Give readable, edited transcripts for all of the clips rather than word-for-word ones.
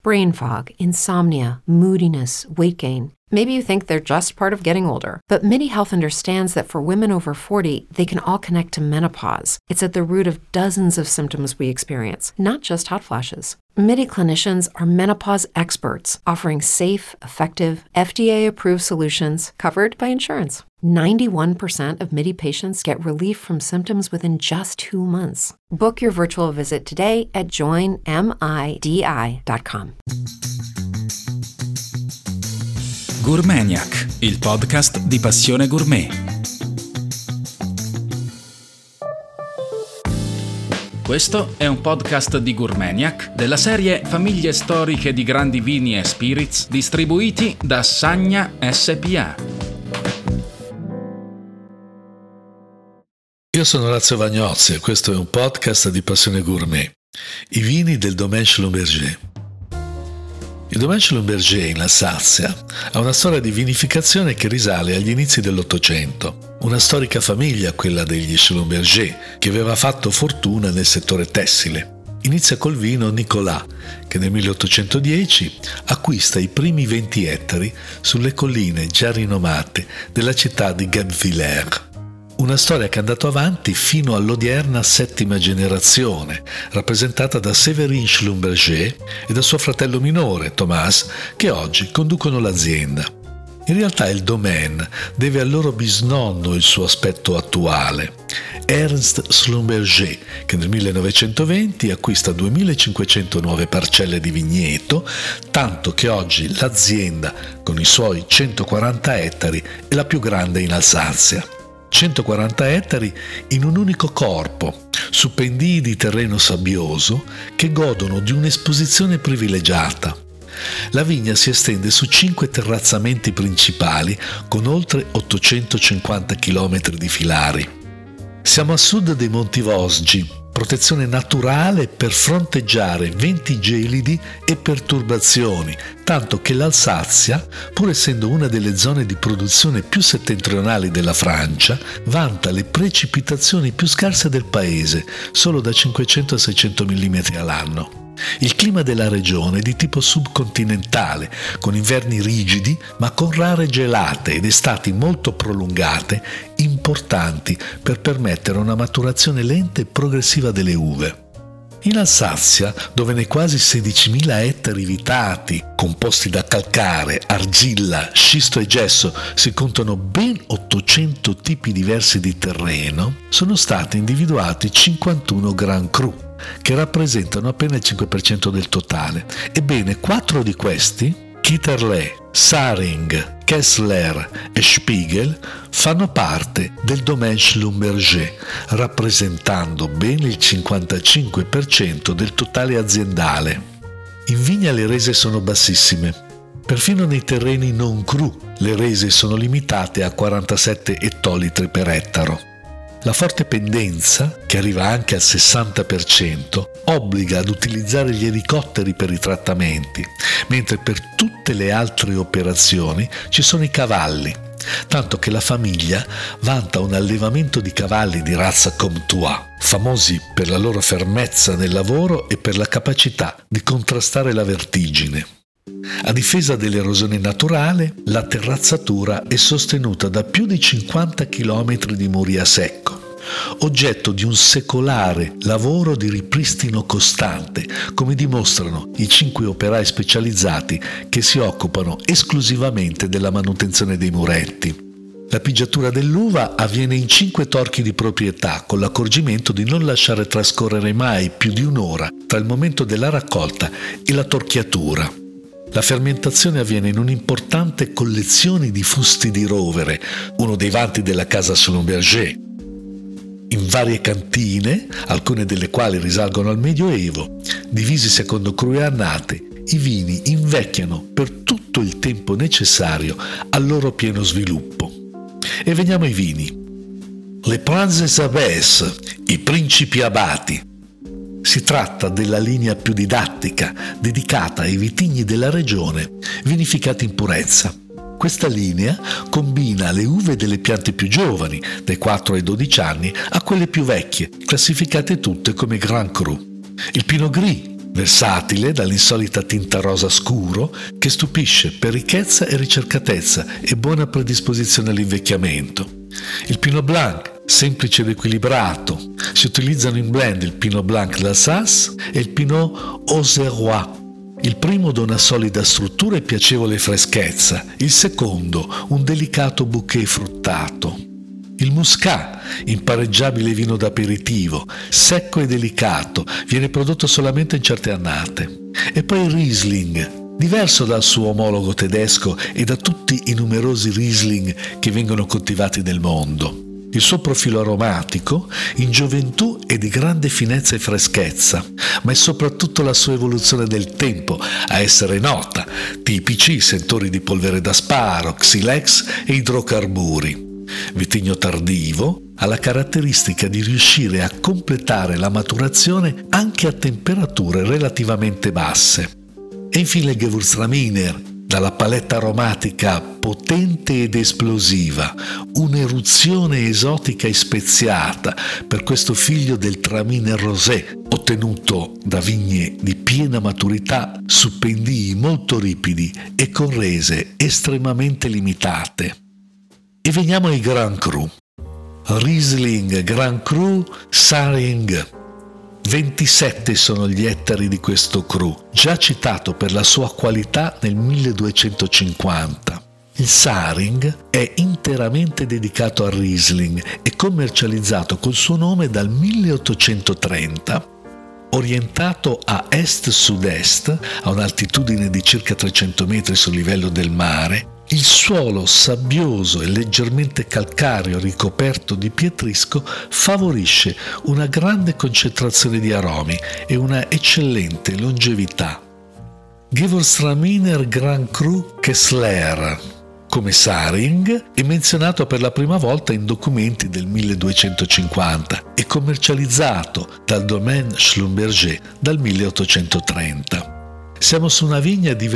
brain fog, insomnia, moodiness, weight gain. Maybe you think they're just part of getting older, but MIDI Health understands that for women over 40, they can all connect to menopause. It's at the root of dozens of symptoms we experience, not just hot flashes. MIDI clinicians are menopause experts, offering safe, effective, FDA-approved solutions covered by insurance. 91% of MIDI patients get relief from symptoms within just 2 months. Book your virtual visit today at joinmidi.com. Gourmaniac, il podcast di Passione Gourmet. Questo è un podcast di Gourmaniac della serie Famiglie storiche di grandi vini e spirits distribuiti da Sagna SPA. Io sono Orazio Vagnozzi e questo è un podcast di Passione Gourmet. I vini del Domaine Schlumberger. Il Domaine Schlumberger in Alsazia ha una storia di vinificazione che risale agli inizi dell'Ottocento. Una storica famiglia, quella degli Schlumberger, che aveva fatto fortuna nel settore tessile. Inizia col vino Nicolas, che nel 1810 acquista i primi 20 ettari sulle colline già rinomate della città di Guebwiller. Una storia che è andata avanti fino all'odierna settima generazione, rappresentata da Séverine Schlumberger e da suo fratello minore, Thomas, che oggi conducono l'azienda. In realtà il domaine deve al loro bisnonno il suo aspetto attuale, Ernst Schlumberger, che nel 1920 acquista 2500 nuove parcelle di vigneto, tanto che oggi l'azienda, con i suoi 140 ettari, è la più grande in Alsazia. 140 ettari in un unico corpo, su pendii di terreno sabbioso che godono di un'esposizione privilegiata. La vigna si estende su 5 terrazzamenti principali con oltre 850 km di filari. Siamo a sud dei Monti Vosgi, protezione naturale per fronteggiare venti gelidi e perturbazioni, tanto che l'Alsazia, pur essendo una delle zone di produzione più settentrionali della Francia, vanta le precipitazioni più scarse del paese, solo da 500 a 600 mm all'anno. Il clima della regione è di tipo subcontinentale, con inverni rigidi ma con rare gelate ed estati molto prolungate, importanti per permettere una maturazione lenta e progressiva delle uve. In Alsazia, dove nei quasi 16.000 ettari vitati, composti da calcare, argilla, scisto e gesso, si contano ben 800 tipi diversi di terreno, sono stati individuati 51 Grand Cru, che rappresentano appena il 5% del totale. Ebbene, 4 di questi, Kitterle, Saring, Kessler e Spiegel, fanno parte del Domaine Schlumberger, rappresentando ben il 55% del totale aziendale. In vigna le rese sono bassissime. Perfino nei terreni non cru, le rese sono limitate a 47 ettolitri per ettaro. La forte pendenza, che arriva anche al 60%, obbliga ad utilizzare gli elicotteri per i trattamenti, mentre per tutte le altre operazioni ci sono i cavalli, tanto che la famiglia vanta un allevamento di cavalli di razza Comtois, famosi per la loro fermezza nel lavoro e per la capacità di contrastare la vertigine. A difesa dell'erosione naturale, la terrazzatura è sostenuta da più di 50 km di muri a secco, oggetto di un secolare lavoro di ripristino costante, come dimostrano i 5 operai specializzati che si occupano esclusivamente della manutenzione dei muretti. La pigiatura dell'uva avviene in 5 torchi di proprietà, con l'accorgimento di non lasciare trascorrere mai più di un'ora tra il momento della raccolta e la torchiatura. La fermentazione avviene in un'importante collezione di fusti di rovere, uno dei vanti della casa Schlumberger, in varie cantine, alcune delle quali risalgono al Medioevo. Divisi secondo cru e annate, i vini invecchiano per tutto il tempo necessario al loro pieno sviluppo. E veniamo ai vini. Les Princes Abbés, i principi abati. Si tratta della linea più didattica, dedicata ai vitigni della regione, vinificati in purezza. Questa linea combina le uve delle piante più giovani, dai 4 ai 12 anni, a quelle più vecchie, classificate tutte come Grand Cru. Il Pinot Gris, versatile dall'insolita tinta rosa scuro che stupisce per ricchezza e ricercatezza e buona predisposizione all'invecchiamento. Il Pinot Blanc, semplice ed equilibrato, si utilizzano in blend il Pinot Blanc d'Alsace e il Pinot Auxerrois. Il primo dà una solida struttura e piacevole freschezza, il secondo un delicato bouquet fruttato. Il Muscat, impareggiabile vino d'aperitivo, secco e delicato, viene prodotto solamente in certe annate. E poi il Riesling, diverso dal suo omologo tedesco e da tutti i numerosi Riesling che vengono coltivati nel mondo. Il suo profilo aromatico, in gioventù è di grande finezza e freschezza, ma è soprattutto la sua evoluzione nel tempo a essere nota, tipici i sentori di polvere da sparo, Xilex e idrocarburi. Vitigno tardivo ha la caratteristica di riuscire a completare la maturazione anche a temperature relativamente basse. E infine il Gewürztraminer, dalla paletta aromatica potente ed esplosiva, un'eruzione esotica e speziata per questo figlio del Traminer Rosé, ottenuto da vigne di piena maturità su pendii molto ripidi e con rese estremamente limitate. E veniamo ai Grand Cru. Riesling, Grand Cru, Saring. 27 sono gli ettari di questo cru, già citato per la sua qualità nel 1250. Il Saring è interamente dedicato al Riesling e commercializzato col suo nome dal 1830. Orientato a est-sud-est, a un'altitudine di circa 300 metri sul livello del mare, il suolo sabbioso e leggermente calcareo ricoperto di pietrisco favorisce una grande concentrazione di aromi e una eccellente longevità. Gewürztraminer Grand Cru Kessler, come Saring, è menzionato per la prima volta in documenti del 1250 e commercializzato dal Domaine Schlumberger dal 1830. Siamo su una vigna di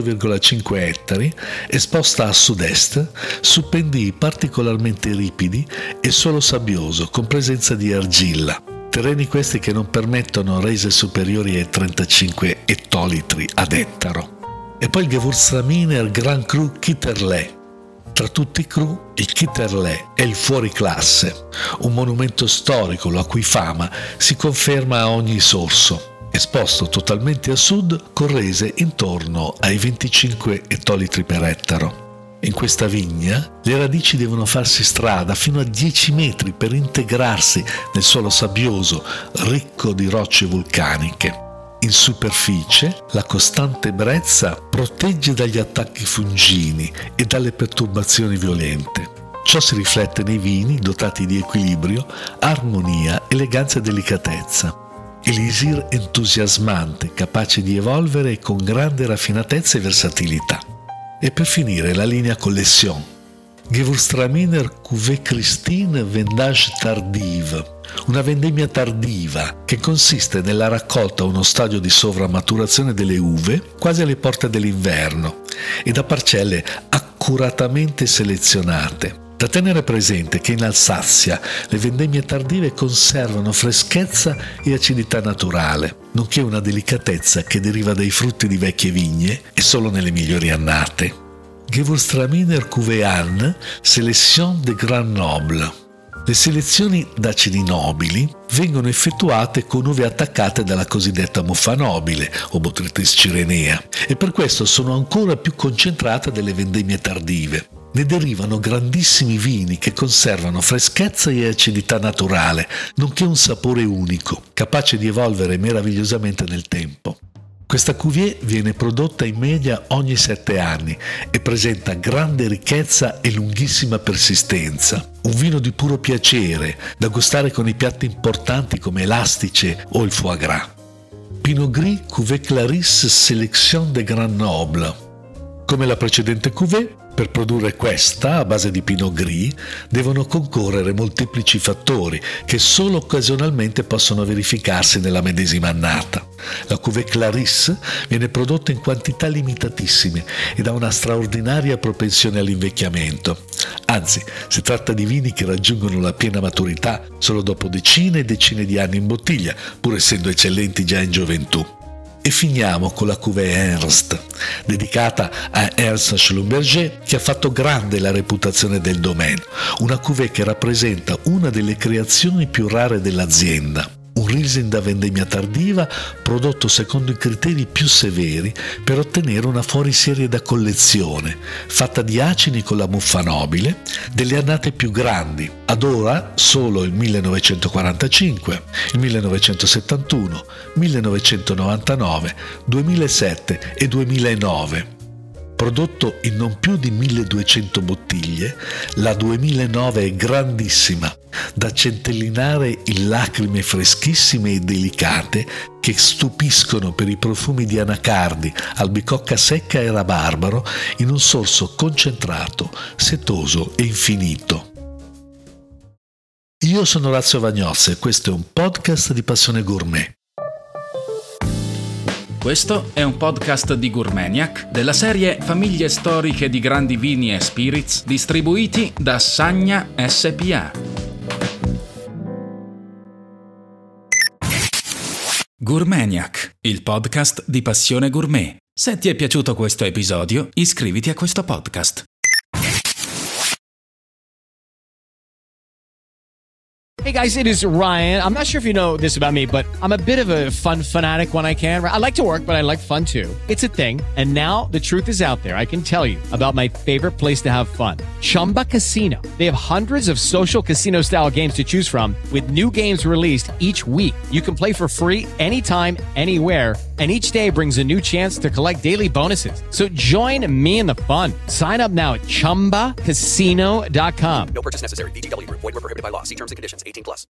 28,5 ettari, esposta a sud-est, su pendii particolarmente ripidi e suolo sabbioso, con presenza di argilla. Terreni questi che non permettono rese superiori ai 35 ettolitri ad ettaro. E poi il Gewürztraminer Grand Cru Kitterle. Tra tutti i cru, il Kitterle è il fuoriclasse, un monumento storico la cui fama si conferma a ogni sorso. Esposto totalmente a sud con rese intorno ai 25 ettolitri per ettaro. In questa vigna le radici devono farsi strada fino a 10 metri per integrarsi nel suolo sabbioso ricco di rocce vulcaniche. In superficie la costante brezza protegge dagli attacchi fungini e dalle perturbazioni violente. Ciò si riflette nei vini dotati di equilibrio, armonia, eleganza e delicatezza. Elisir entusiasmante, capace di evolvere con grande raffinatezza e versatilità. E per finire la linea Collection. Gewürztraminer Cuvée Christine Vendage Tardive, una vendemmia tardiva che consiste nella raccolta a uno stadio di sovramaturazione delle uve quasi alle porte dell'inverno e da parcelle accuratamente selezionate. Da tenere presente che in Alsazia le vendemmie tardive conservano freschezza e acidità naturale, nonché una delicatezza che deriva dai frutti di vecchie vigne e solo nelle migliori annate. Gewürztraminer Cuvée Anne, Sélection de Grand Noble. Le selezioni d'acidi nobili vengono effettuate con uve attaccate dalla cosiddetta muffa nobile o Botrytis cirenea e per questo sono ancora più concentrate delle vendemmie tardive. Ne derivano grandissimi vini che conservano freschezza e acidità naturale, nonché un sapore unico, capace di evolvere meravigliosamente nel tempo. Questa cuvée viene prodotta in media ogni 7 anni e presenta grande ricchezza e lunghissima persistenza. Un vino di puro piacere, da gustare con i piatti importanti come l'astice o il foie gras. Pinot Gris Cuvée Clarisse Sélection de Grand Noble. Come la precedente cuvée, per produrre questa, a base di Pinot Gris, devono concorrere molteplici fattori che solo occasionalmente possono verificarsi nella medesima annata. La Cuvée Clarisse viene prodotta in quantità limitatissime ed ha una straordinaria propensione all'invecchiamento. Anzi, si tratta di vini che raggiungono la piena maturità solo dopo decine e decine di anni in bottiglia, pur essendo eccellenti già in gioventù. E finiamo con la Cuvée Ernst, dedicata a Ernst Schlumberger, che ha fatto grande la reputazione del domaine, una cuvée che rappresenta una delle creazioni più rare dell'azienda. Un Riesling da vendemmia tardiva prodotto secondo i criteri più severi per ottenere una fuoriserie da collezione, fatta di acini con la muffa nobile, delle annate più grandi, ad ora solo il 1945, il 1971, 1999, 2007 e 2009. Prodotto in non più di 1200 bottiglie, la 2009 è grandissima, da centellinare in lacrime freschissime e delicate che stupiscono per i profumi di anacardi, albicocca secca e rabarbaro in un sorso concentrato, setoso e infinito. Io sono Orazio Vagnozza e questo è un podcast di Passione Gourmet. Questo è un podcast di Gourmaniac della serie Famiglie storiche di grandi vini e spirits distribuiti da Sagna SPA. Gourmaniac, il podcast di Passione Gourmet. Se ti è piaciuto questo episodio, iscriviti a questo podcast. Hey guys, it is Ryan. I'm not sure if you know this about me, but I'm a bit of a fun fanatic when I can. I like to work, but I like fun too. It's a thing. And now the truth is out there. I can tell you about my favorite place to have fun. Chumba Casino. They have hundreds of social casino style games to choose from with new games released each week. You can play for free anytime, anywhere. And each day brings a new chance to collect daily bonuses. So join me in the fun. Sign up now at ChumbaCasino.com. No purchase necessary. VGW Group. Void where prohibited by law. See terms and conditions. 18+.